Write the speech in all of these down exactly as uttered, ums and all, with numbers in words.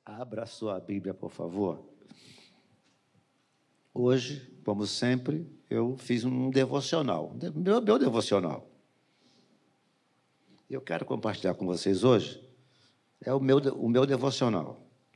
Abra sua Bíblia, por favor. Hoje, como sempre, eu fiz um devocional, meu, meu devocional. Eu quero compartilhar com vocês hoje, é o meu, o meu devocional.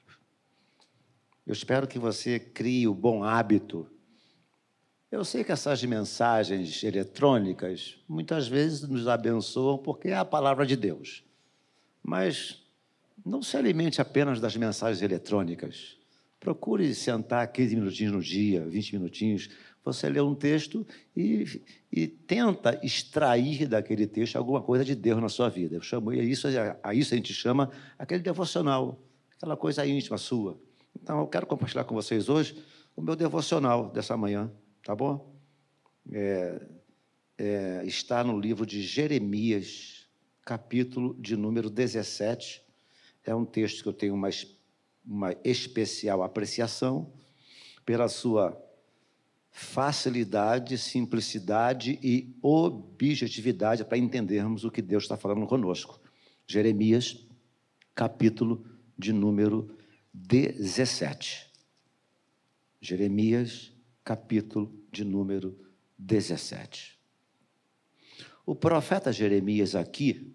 Eu espero que você crie o bom hábito. Eu sei que essas mensagens eletrônicas muitas vezes nos abençoam porque é a palavra de Deus. Mas não se alimente apenas das mensagens eletrônicas. Procure sentar quinze minutinhos no dia, vinte minutinhos. Você lê um texto e, e tenta extrair daquele texto alguma coisa de Deus na sua vida. Eu chamo isso, a isso a gente chama aquele devocional, aquela coisa íntima sua. Então, eu quero compartilhar com vocês hoje o meu devocional dessa manhã, tá bom? É, é, está no livro de Jeremias, capítulo de número dezessete. É um texto que eu tenho uma, uma especial apreciação pela sua facilidade, simplicidade e objetividade para entendermos o que Deus está falando conosco. Jeremias, capítulo de número dezessete. Jeremias, capítulo de número dezessete. O profeta Jeremias aqui,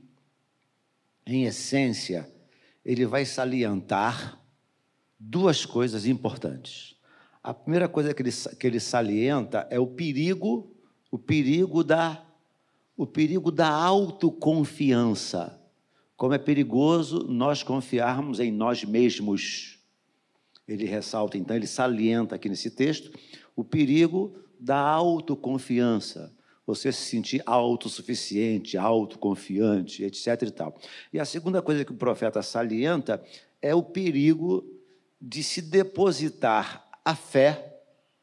em essência, ele vai salientar duas coisas importantes. A primeira coisa que ele, que ele salienta é o perigo, o perigo da, o perigo da autoconfiança. Como é perigoso nós confiarmos em nós mesmos. Ele ressalta, então, ele salienta aqui nesse texto o perigo da autoconfiança. Você se sentir autossuficiente, autoconfiante, etc e tal. E a segunda coisa que o profeta salienta é o perigo de se depositar a fé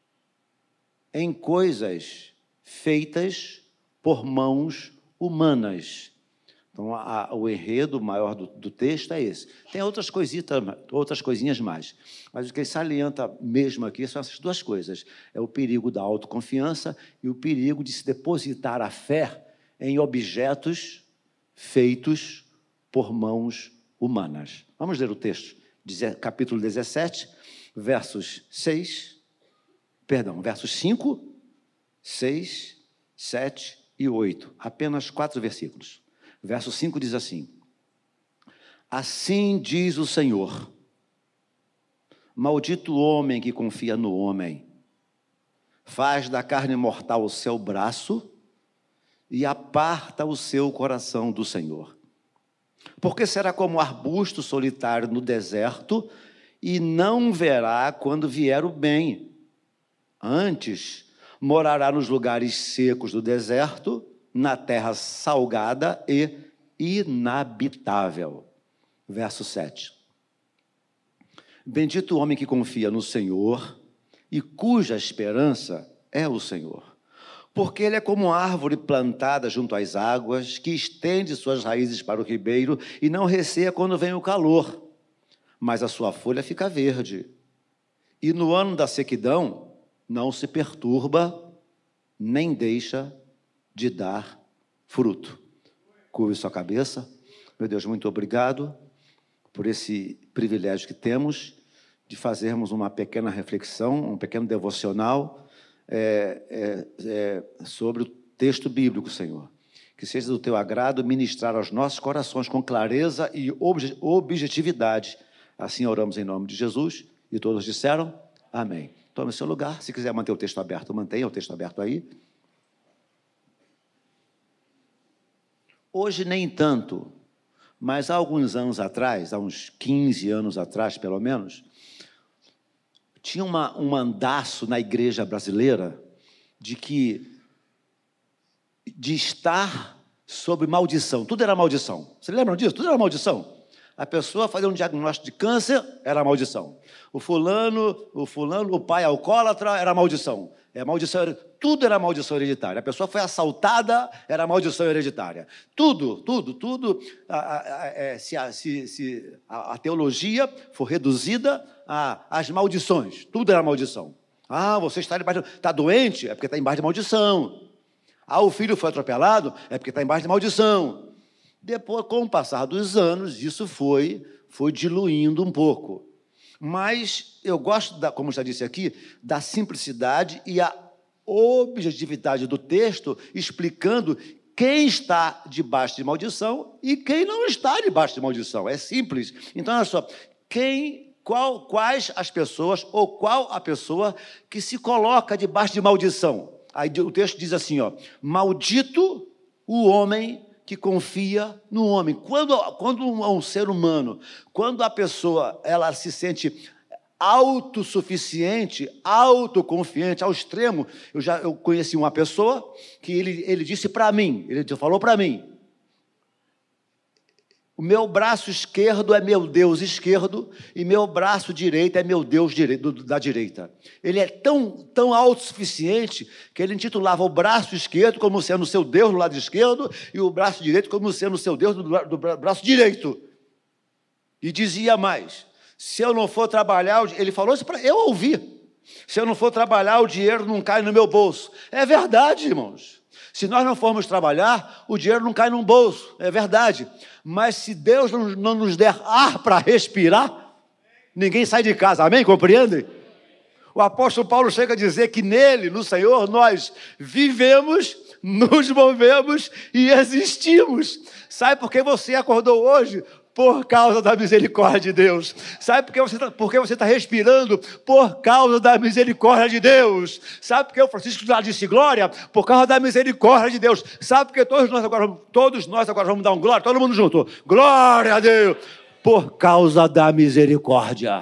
em coisas feitas por mãos humanas. Então, a, o enredo maior do, do texto é esse. Tem outras coisitas, outras coisinhas mais, mas o que ele salienta mesmo aqui são essas duas coisas. É o perigo da autoconfiança e o perigo de se depositar a fé em objetos feitos por mãos humanas. Vamos ler o texto, capítulo dezessete, versos seis, perdão, versos cinco, seis, sete e oito. Apenas quatro versículos. Verso cinco diz assim: assim diz o Senhor, maldito o homem que confia no homem, faz da carne mortal o seu braço e aparta o seu coração do Senhor. Porque será como arbusto solitário no deserto e não verá quando vier o bem. Antes, morará nos lugares secos do deserto, na terra salgada e inabitável. Verso sete. Bendito o homem que confia no Senhor e cuja esperança é o Senhor. Porque ele é como árvore plantada junto às águas, que estende suas raízes para o ribeiro e não receia quando vem o calor, mas a sua folha fica verde. E no ano da sequidão não se perturba, nem deixa de dar fruto. Curve sua cabeça. Meu Deus, muito obrigado por esse privilégio que temos de fazermos uma pequena reflexão, um pequeno devocional é, é, é, sobre o texto bíblico, Senhor. Que seja do teu agrado ministrar aos nossos corações com clareza e obje, objetividade. Assim oramos em nome de Jesus. E todos disseram amém. Tome o seu lugar. Se quiser manter o texto aberto, mantenha o texto aberto aí. Hoje nem tanto, mas há alguns anos atrás, há uns quinze anos atrás, pelo menos, tinha uma, um andaço na igreja brasileira de que de estar sob maldição. Tudo era maldição. Vocês lembram disso? Tudo era maldição. A pessoa fazia um diagnóstico de câncer, era maldição. O fulano, o fulano, o pai alcoólatra, era maldição. É maldição, tudo era maldição hereditária. A pessoa foi assaltada, era maldição hereditária. Tudo, tudo, tudo. A, a, a, se, a, se, se a, a teologia for reduzida às maldições, tudo era maldição. Ah, você está debaixo, está doente, é porque está embaixo de maldição. Ah, o filho foi atropelado, é porque está embaixo de maldição. Depois, com o passar dos anos, isso foi, foi diluindo um pouco. Mas eu gosto, da, como já disse aqui, da simplicidade e a objetividade do texto, explicando quem está debaixo de maldição e quem não está debaixo de maldição. É simples. Então, olha só, quem, qual, quais as pessoas ou qual a pessoa que se coloca debaixo de maldição? Aí o texto diz assim, ó, maldito o homem que confia no homem. Quando, quando um ser humano, quando a pessoa ela se sente autossuficiente, autoconfiante, ao extremo, eu já eu conheci uma pessoa que ele, ele disse para mim, ele falou para mim, o meu braço esquerdo é meu Deus esquerdo e meu braço direito é meu Deus direito, da direita. Ele é tão, tão autossuficiente que ele intitulava o braço esquerdo como sendo o seu Deus do lado esquerdo e o braço direito como sendo o seu Deus do, do braço direito. E dizia mais, se eu não for trabalhar, ele falou isso para eu ouvir, se eu não for trabalhar, o dinheiro não cai no meu bolso. É verdade, irmãos. Se nós não formos trabalhar, o dinheiro não cai no bolso, é verdade. Mas se Deus não, não nos der ar para respirar, ninguém sai de casa, amém? Compreendem? O apóstolo Paulo chega a dizer que nele, no Senhor, nós vivemos, nos movemos e existimos. Sabe por que você acordou hoje? Por causa da misericórdia de Deus. Sabe por que você está, por que você está respirando? Por causa da misericórdia de Deus. Sabe por que o Francisco já disse glória? Por causa da misericórdia de Deus. Sabe por que todos nós agora, todos nós agora vamos dar um glória? Todo mundo junto. Glória a Deus. Por causa da misericórdia.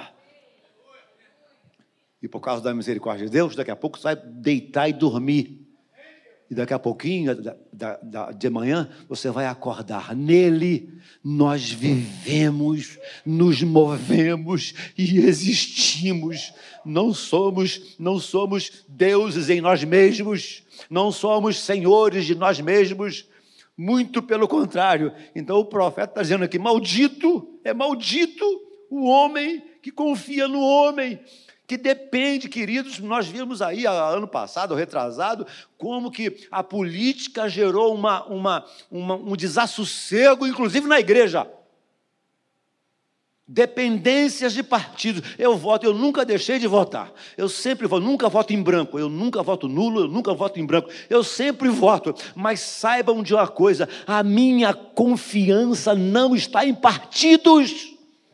E por causa da misericórdia de Deus, daqui a pouco você vai deitar e dormir. E daqui a pouquinho, da, da, da, de manhã, você vai acordar. Nele, nós vivemos, nos movemos e existimos. Não somos, não somos deuses em nós mesmos. Não somos senhores de nós mesmos. Muito pelo contrário. Então, o profeta está dizendo aqui, maldito, é maldito o homem que confia no homem. Que depende, queridos, nós vimos aí, ano passado, retrasado, como que a política gerou uma, uma, uma, um desassossego, inclusive na igreja. Dependências de partidos. Eu voto, eu nunca deixei de votar. Eu sempre voto, nunca voto em branco. Eu nunca voto nulo, eu nunca voto em branco. Eu sempre voto. Mas saibam de uma coisa, a minha confiança não está em partidos.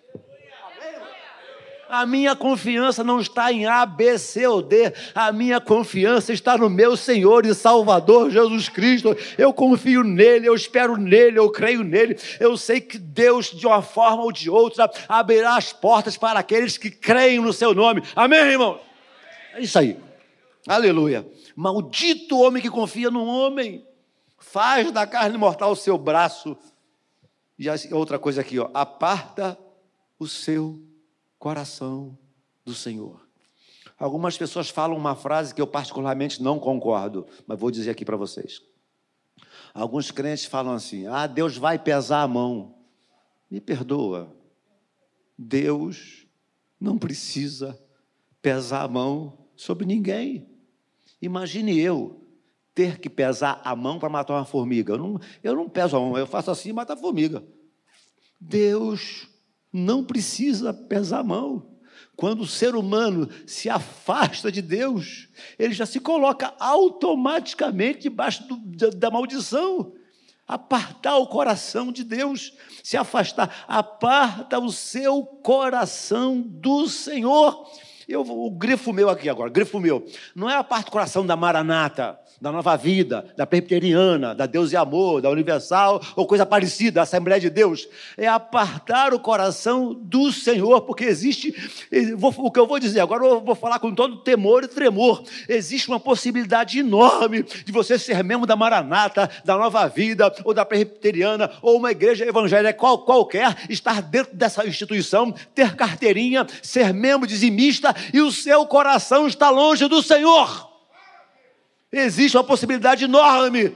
A minha confiança não está em A, B, C ou D. A minha confiança está no meu Senhor e Salvador Jesus Cristo. Eu confio nele, eu espero nele, eu creio nele. Eu sei que Deus, de uma forma ou de outra, abrirá as portas para aqueles que creem no seu nome. Amém, irmão? É isso aí. Aleluia. Maldito homem que confia no homem. Faz da carne mortal o seu braço. E outra coisa aqui, ó. Aparta o seu coração do Senhor. Algumas pessoas falam uma frase que eu particularmente não concordo, mas vou dizer aqui para vocês. Alguns crentes falam assim, ah, Deus vai pesar a mão. Me perdoa. Deus não precisa pesar a mão sobre ninguém. Imagine eu ter que pesar a mão para matar uma formiga. Eu não, eu não peso a mão, eu faço assim e mato a formiga. Deus não precisa pesar a mão. Quando o ser humano se afasta de Deus, ele já se coloca automaticamente debaixo do, da, da maldição. Apartar o coração de Deus, se afastar, aparta o seu coração do Senhor. Eu, o grifo meu aqui agora, grifo meu, não é a parte do coração da Maranata, da Nova Vida, da Presbiteriana, da Deus e Amor, da Universal, ou coisa parecida, da Assembleia de Deus. É apartar o coração do Senhor, porque existe, vou, o que eu vou dizer agora, eu vou falar com todo temor e tremor, existe uma possibilidade enorme de você ser membro da Maranata, da Nova Vida, ou da Presbiteriana, ou uma igreja evangélica qual, qualquer, estar dentro dessa instituição, ter carteirinha, ser membro dizimista, e o seu coração está longe do Senhor. Existe uma possibilidade enorme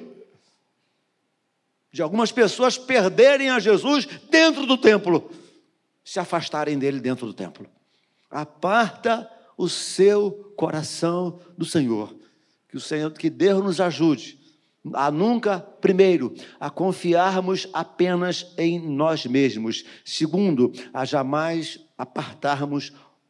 de algumas pessoas perderem a Jesus dentro do templo, se afastarem dele dentro do templo. Aparta o seu coração do Senhor. Que o Senhor, que Deus nos ajude a nunca, primeiro, a confiarmos apenas em nós mesmos. Segundo, a jamais apartarmos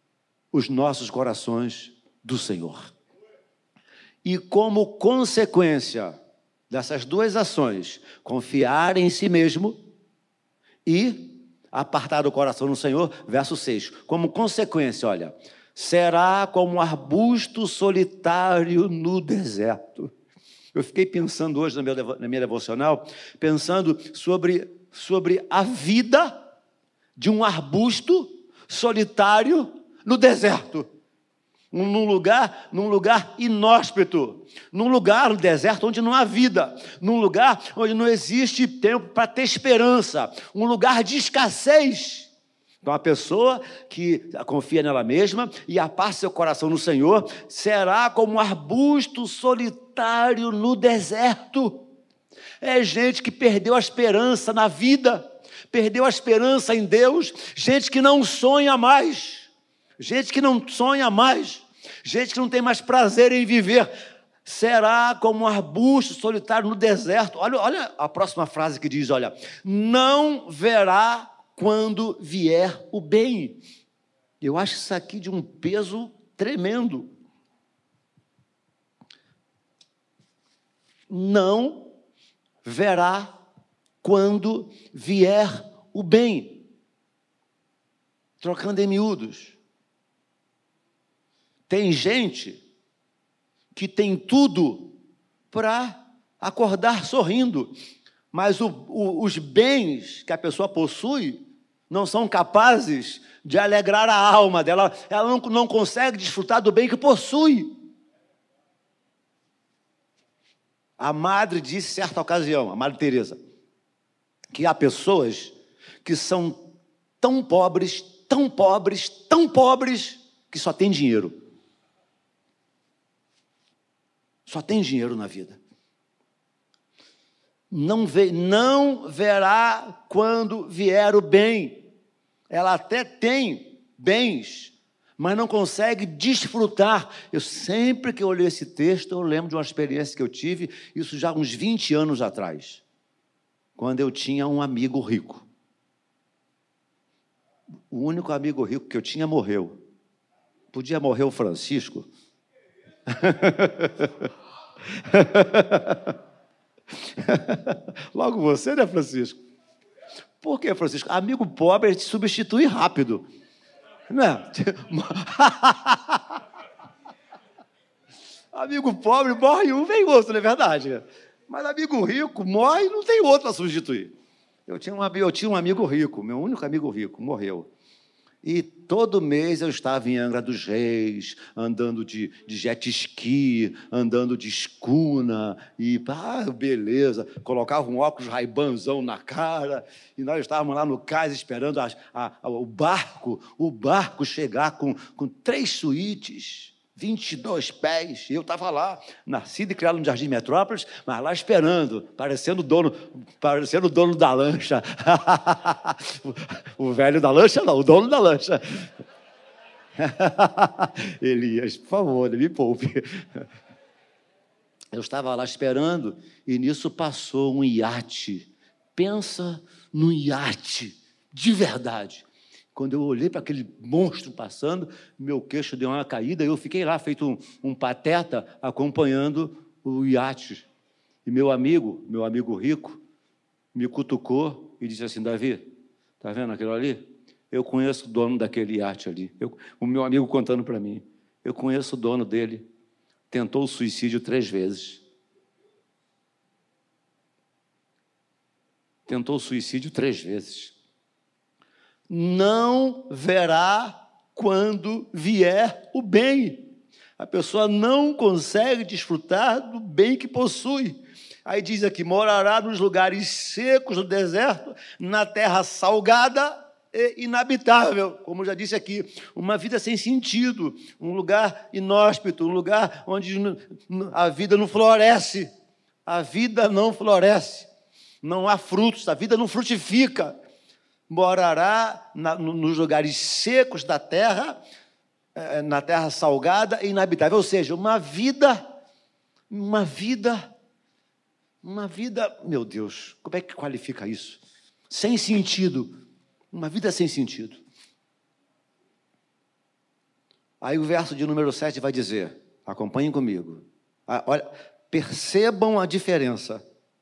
os nossos corações do Senhor. E como consequência dessas duas ações, confiar em si mesmo e apartar o coração no Senhor, verso seis, como consequência, olha, será como um arbusto solitário no deserto. Eu fiquei pensando hoje na minha devocional, pensando sobre, sobre a vida de um arbusto solitário no deserto. Num lugar, num lugar inóspito, num lugar no deserto onde não há vida, num lugar onde não existe tempo para ter esperança, um lugar de escassez. Então, a pessoa que confia nela mesma e aparta seu coração no Senhor, será como um arbusto solitário no deserto. É gente que perdeu a esperança na vida, perdeu a esperança em Deus, gente que não sonha mais. Gente que não sonha mais, gente que não tem mais prazer em viver, será como um arbusto solitário no deserto. Olha, olha a próxima frase que diz, olha, não verá quando vier o bem. Eu acho isso aqui de um peso tremendo. Não verá quando vier o bem. Trocando em miúdos. Tem gente que tem tudo para acordar sorrindo, mas o, o, os bens que a pessoa possui não são capazes de alegrar a alma dela, ela não, não consegue desfrutar do bem que possui. A madre disse, certa ocasião, a Madre Teresa, que há pessoas que são tão pobres, tão pobres, tão pobres, que só têm dinheiro. Só tem dinheiro na vida. Não, vê, não verá quando vier o bem. Ela até tem bens, mas não consegue desfrutar. Eu sempre que eu olhei esse texto, eu lembro de uma experiência que eu tive, isso já há uns vinte anos atrás, quando eu tinha um amigo rico. O único amigo rico que eu tinha morreu. Podia morrer o Francisco. Logo você, né, Francisco? Por que, Francisco? Amigo pobre te substitui rápido, não é? Amigo pobre morre um, vem outro, não é verdade? Mas amigo rico morre e não tem outro a substituir. Eu tinha, um, eu tinha um amigo rico, meu único amigo rico, morreu. E todo mês eu estava em Angra dos Reis, andando de, de jet ski, andando de escuna, e ah, beleza, colocava um óculos Ray-Banzão na cara, e nós estávamos lá no cais esperando a, a, a, o barco, o barco chegar com, com três suítes, vinte e dois pés, e eu estava lá, nascido e criado no Jardim Metrópolis, mas lá esperando, parecendo o dono, parecendo o dono da lancha. O velho da lancha não, o dono da lancha. Elias, por favor, me poupe. Eu estava lá esperando, e nisso passou um iate. Pensa num iate, de verdade. Quando eu olhei para aquele monstro passando, meu queixo deu uma caída, e eu fiquei lá, feito um, um pateta, acompanhando o iate. E meu amigo, meu amigo rico, me cutucou e disse assim, Davi, está vendo aquilo ali? Eu conheço o dono daquele iate ali. Eu, o meu amigo contando para mim, eu conheço o dono dele, tentou o suicídio três vezes. Tentou o suicídio três vezes. Não verá quando vier o bem. A pessoa não consegue desfrutar do bem que possui. Aí diz aqui, morará nos lugares secos do deserto, na terra salgada e inabitável. Como já disse aqui, uma vida sem sentido, um lugar inóspito, um lugar onde a vida não floresce. A vida não floresce. Não há frutos, a vida não frutifica. Morará na, nos lugares secos da terra, na terra salgada e inabitável. Ou seja, uma vida, uma vida, uma vida, meu Deus, como é que qualifica isso? Sem sentido, uma vida sem sentido. Aí o verso de número sete vai dizer, acompanhem comigo, ah, olha, percebam a diferença.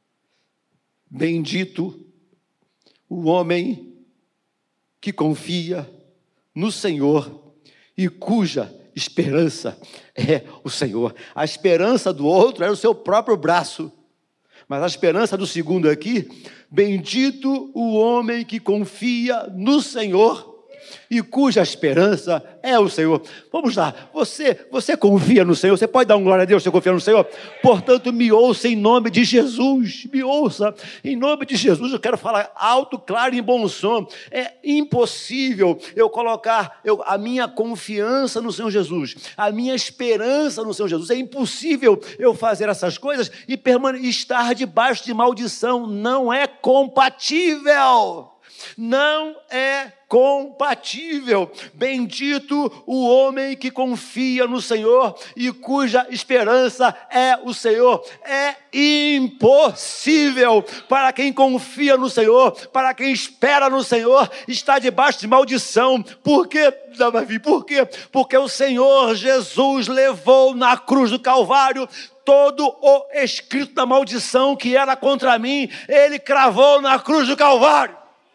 Bendito o homem que confia no Senhor e cuja esperança é o Senhor. A esperança do outro era o seu próprio braço, mas a esperança do segundo aqui, bendito o homem que confia no Senhor e cuja esperança é o Senhor. Vamos lá, você, você confia no Senhor? Você pode dar um glória a Deus se você confia no Senhor? Portanto, me ouça em nome de Jesus, me ouça, em nome de Jesus. Eu quero falar alto, claro e em bom som. É impossível eu colocar eu, a minha confiança no Senhor Jesus, a minha esperança no Senhor Jesus. É impossível eu fazer essas coisas e permane- estar debaixo de maldição. Não é compatível. Não é compatível. Bendito o homem que confia no Senhor e cuja esperança é o Senhor. É impossível para quem confia no Senhor, para quem espera no Senhor, estar debaixo de maldição. Por quê, Davi? Por quê? Porque o Senhor Jesus levou na cruz do Calvário todo o escrito da maldição que era contra mim. Ele cravou na cruz do Calvário.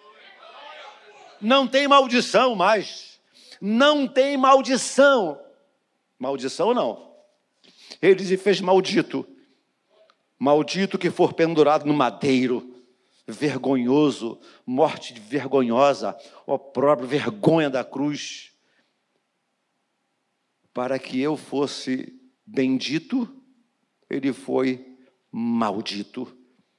Não tem maldição mais. Não tem maldição. Maldição não. Ele se fez maldito. Maldito que for pendurado no madeiro. Vergonhoso. Morte vergonhosa. Ó própria vergonha da cruz. Para que eu fosse bendito, ele foi maldito.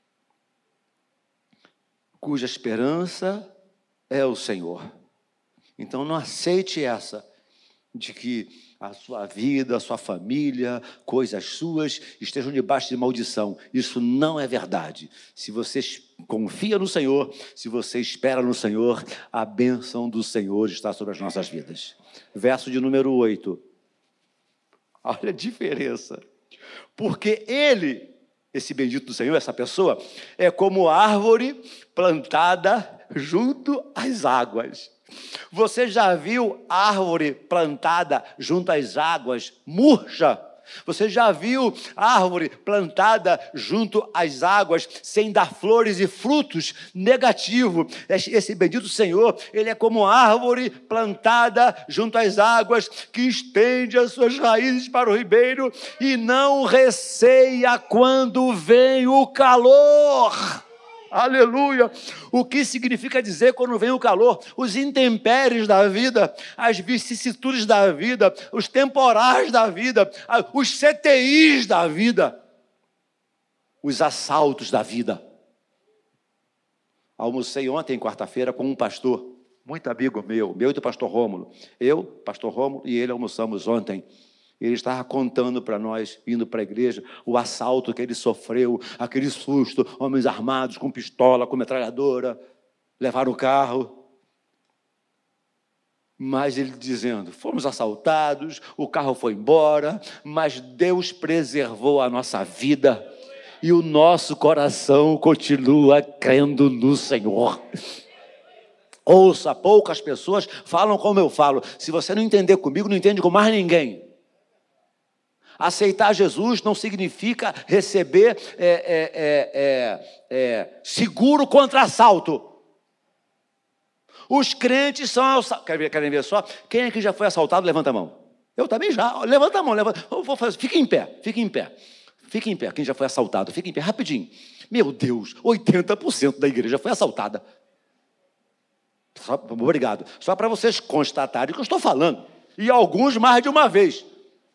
Cuja esperança é o Senhor. Então não aceite essa, de que a sua vida, a sua família, coisas suas estejam debaixo de maldição. Isso não é verdade. Se você confia no Senhor, se você espera no Senhor, a bênção do Senhor está sobre as nossas vidas. Verso de número oito. Olha a diferença. Porque ele, esse bendito do Senhor, essa pessoa, é como árvore plantada junto às águas. Você já viu árvore plantada junto às águas murcha? Você já viu árvore plantada junto às águas sem dar flores e frutos? Negativo. Esse bendito Senhor, ele é como árvore plantada junto às águas, que estende as suas raízes para o ribeiro e não receia quando vem o calor. Aleluia! O que significa dizer quando vem o calor? Os intempéries da vida, as vicissitudes da vida, os temporais da vida, os C T Is da vida, os assaltos da vida. Almocei ontem, quarta-feira, com um pastor, muito amigo meu, meu e do pastor Rômulo. Eu, pastor Rômulo e ele almoçamos ontem. Ele estava contando para nós, indo para a igreja, o assalto que ele sofreu, aquele susto, homens armados com pistola, com metralhadora, levaram o carro. Mas ele dizendo, fomos assaltados, o carro foi embora, mas Deus preservou a nossa vida e o nosso coração continua crendo no Senhor. Ouça, poucas pessoas falam como eu falo. Se você não entender comigo, não entende com mais ninguém. Aceitar Jesus não significa receber é, é, é, é, é, seguro contra assalto. Os crentes são assaltados. Querem ver, querem ver só? Quem aqui já foi assaltado? Levanta a mão. Eu também já. Levanta a mão. Levanta. Eu vou fazer. Fique em pé. Fique em pé. Fique em pé. Quem já foi assaltado? Fique em pé. Rapidinho. Meu Deus, oitenta por cento da igreja foi assaltada. Só, obrigado. Só para vocês constatarem o que eu estou falando. E alguns mais de uma vez.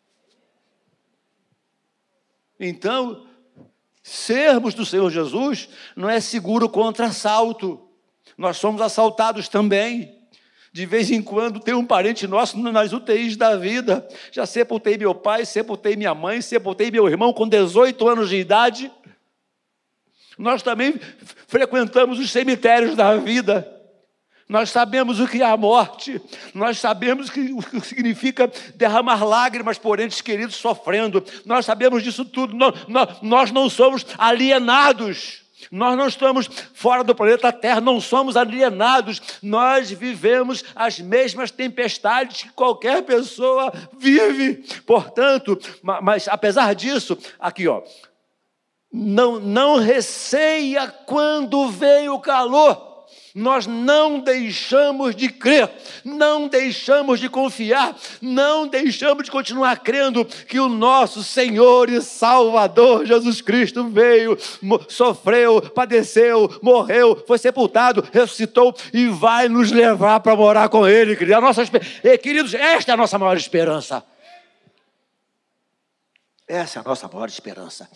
Então, sermos do Senhor Jesus não é seguro contra assalto. Nós somos assaltados também. De vez em quando tem um parente nosso nas U T Is da vida. Já sepultei meu pai, sepultei minha mãe, sepultei meu irmão com dezoito anos de idade. Nós também frequentamos os cemitérios da vida. Nós sabemos o que é a morte, nós sabemos o que significa derramar lágrimas por entes queridos sofrendo, nós sabemos disso tudo, nós, nós, nós não somos alienados, Nós não estamos fora do planeta Terra, não somos alienados, nós vivemos as mesmas tempestades que qualquer pessoa vive. Portanto, mas apesar disso, aqui ó, não, não receia quando vem o calor. Nós não deixamos de crer, não deixamos de confiar, não deixamos de continuar crendo que o nosso Senhor e Salvador Jesus Cristo veio, sofreu, padeceu, morreu, foi sepultado, ressuscitou e vai nos levar para morar com Ele, queridos. A nossa, e, queridos, esta é a nossa maior esperança. Essa é a nossa maior esperança.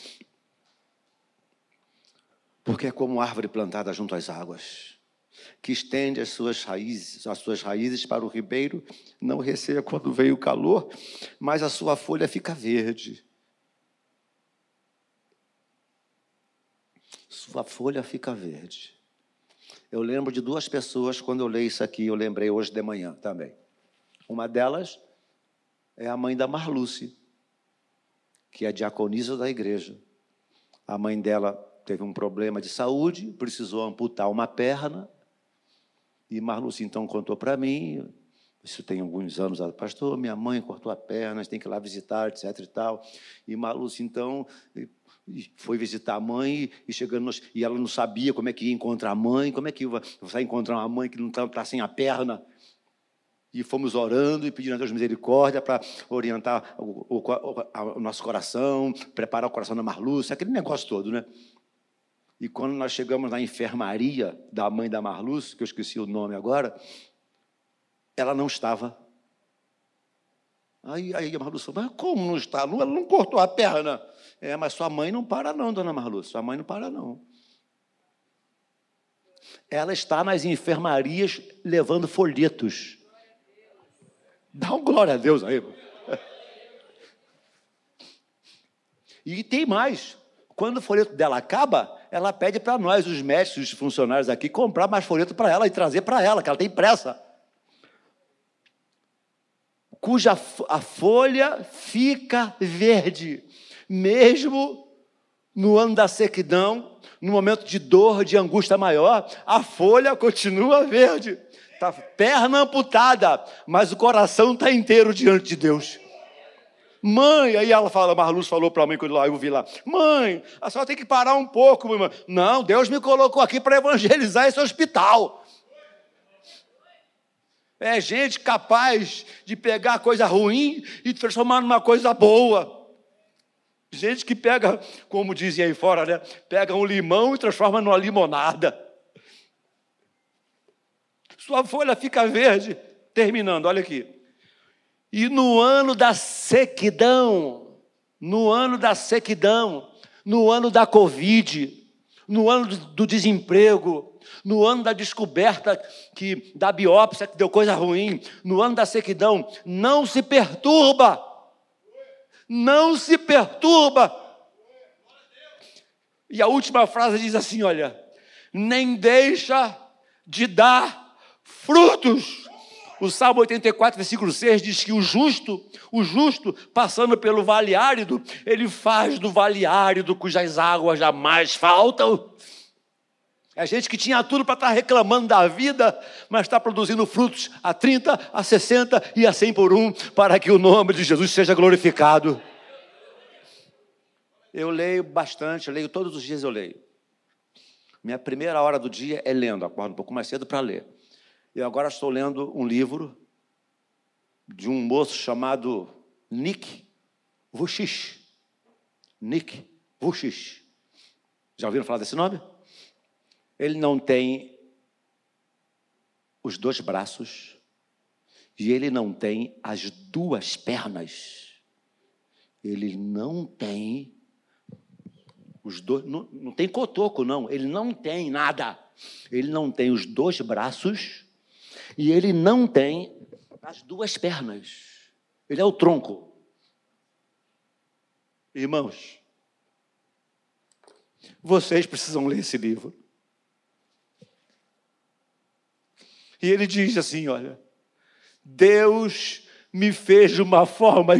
Porque é como árvore plantada junto às águas, que estende as suas raízes, as suas raízes para o ribeiro, não receia quando vem o calor, mas a sua folha fica verde. Sua folha fica verde. Eu lembro de duas pessoas, quando eu leio isso aqui, eu lembrei hoje de manhã também. Uma delas é a mãe da Marluce, que é diaconisa da igreja. A mãe dela teve um problema de saúde, precisou amputar uma perna, e Marluce, então, contou para mim, isso tem alguns anos, pastor, minha mãe cortou a perna, a gente tem que ir lá visitar, etc e tal. E Marluce, então, foi visitar a mãe, e chegando, nos, e ela não sabia como é que ia encontrar a mãe, como é que vai encontrar uma mãe que não está tá sem a perna. E fomos orando e pedindo a Deus misericórdia para orientar o, o, o, o nosso coração, preparar o coração da Marluce, aquele negócio todo, né? E quando nós chegamos na enfermaria da mãe da Marluce, que eu esqueci o nome agora, ela não estava. Aí, aí a Marluce falou, mas como não está? Ela não cortou a perna. É, mas sua mãe não para não, dona Marluce, sua mãe não para não. Ela está nas enfermarias levando folhetos. Dá um glória a Deus aí. E tem mais. Quando o folheto dela acaba, ela pede para nós, os médicos, os funcionários aqui, comprar mais folheto para ela e trazer para ela, que ela tem pressa. Cuja a folha fica verde, mesmo no ano da sequidão, no momento de dor, de angústia maior, a folha continua verde. Tá, perna amputada, mas o coração está inteiro diante de Deus. Mãe, aí ela fala, Marluce falou para mim, quando eu vi lá, mãe, a senhora tem que parar um pouco, minha irmã. Não, Deus me colocou aqui para evangelizar esse hospital. É gente capaz de pegar coisa ruim e transformar numa coisa boa. Gente que pega, como dizem aí fora, né? Pega um limão e transforma numa limonada. Sua folha fica verde. Terminando, olha aqui. E no ano da sequidão, no ano da sequidão, no ano da Covid, no ano do desemprego, no ano da descoberta que, da biópsia que deu coisa ruim, no ano da sequidão, não se perturba, não se perturba. E a última frase diz assim, olha, nem deixa de dar frutos. O Salmo oitenta e quatro, versículo seis, diz que o justo, o justo, passando pelo vale árido, ele faz do vale árido cujas águas jamais faltam. É gente que tinha tudo para estar reclamando da vida, mas está produzindo frutos a trinta, a sessenta e a cem por um, para que o nome de Jesus seja glorificado. Eu leio bastante, eu leio todos os dias eu leio. Minha primeira hora do dia é lendo, acordo um pouco mais cedo para ler. Eu agora estou lendo um livro de um moço chamado Nick Vujicic. Nick Vujicic. Já ouviram falar desse nome? Ele não tem os dois braços e ele não tem as duas pernas. Ele não tem os dois, não, não tem cotoco, não. Ele não tem nada. Ele não tem os dois braços e ele não tem as duas pernas. Ele é o tronco. Irmãos, vocês precisam ler esse livro. E ele diz assim, olha, Deus me fez de uma forma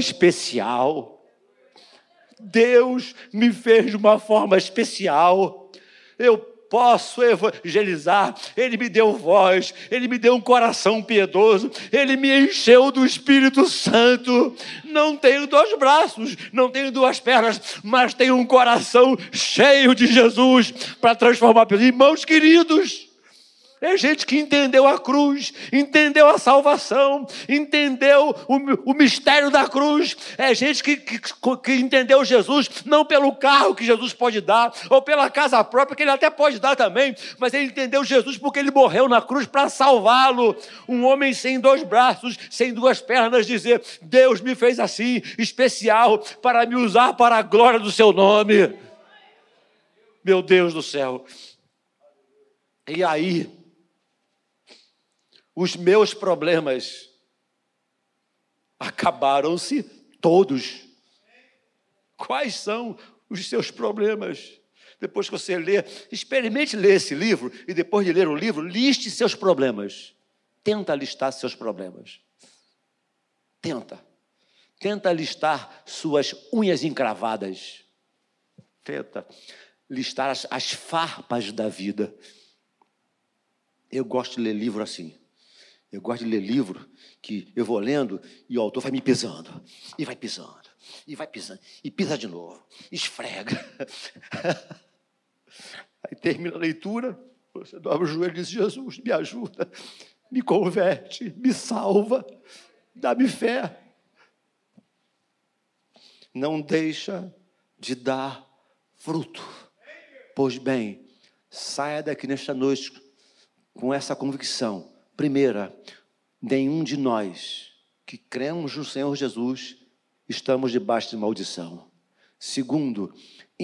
especial. Deus me fez de uma forma especial. eu posso evangelizar. Ele me deu voz, Ele me deu um coração piedoso, Ele me encheu do Espírito Santo. Não tenho dois braços, não tenho duas pernas, mas tenho um coração cheio de Jesus para transformar pessoas. Irmãos queridos, é gente que entendeu a cruz, entendeu a salvação, entendeu o, o mistério da cruz. É gente que, que, que entendeu Jesus, não pelo carro que Jesus pode dar, ou pela casa própria, que Ele até pode dar também, mas ele entendeu Jesus porque Ele morreu na cruz para salvá-lo. Um homem sem dois braços, sem duas pernas, dizer: Deus me fez assim, especial, para me usar para a glória do Seu nome. Meu Deus do céu. E aí, os meus problemas acabaram-se todos. Quais são os seus problemas? Depois que você lê, experimente ler esse livro, e depois de ler o livro, liste seus problemas. Tenta listar seus problemas. Tenta. Tenta listar suas unhas encravadas. Tenta listar as, as farpas da vida. Eu gosto de ler livro assim. Eu gosto de ler livro que eu vou lendo e o autor vai me pisando, e vai pisando, e vai pisando, e pisa de novo, esfrega. Aí termina a leitura, você dobra o joelho e diz: Jesus, me ajuda, me converte, me salva, dá-me fé. Não deixa de dar fruto. Pois bem, saia daqui nesta noite com essa convicção. Primeira, nenhum de nós que cremos no Senhor Jesus estamos debaixo de maldição. Segundo,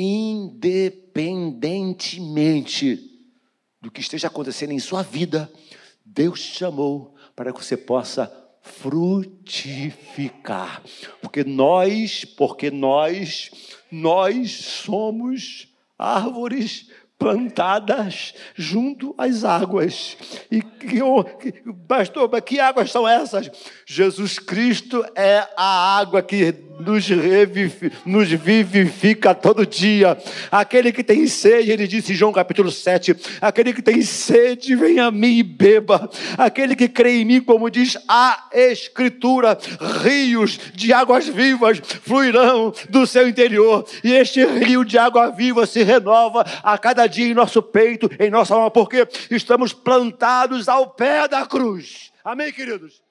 independentemente do que esteja acontecendo em sua vida, Deus te chamou para que você possa frutificar. Porque nós, porque nós, nós somos árvores plantadas junto às águas. E que, pastor, mas que águas são essas? Jesus Cristo é a água que nos, reviv, nos vivifica todo dia. Aquele que tem sede, ele disse em João capítulo sete, aquele que tem sede, vem a mim e beba. Aquele que crê em mim, como diz a Escritura, rios de águas vivas fluirão do seu interior. E este rio de água viva se renova a cada dia em nosso peito, em nossa alma, porque estamos plantados ao pé da cruz. Amém, queridos?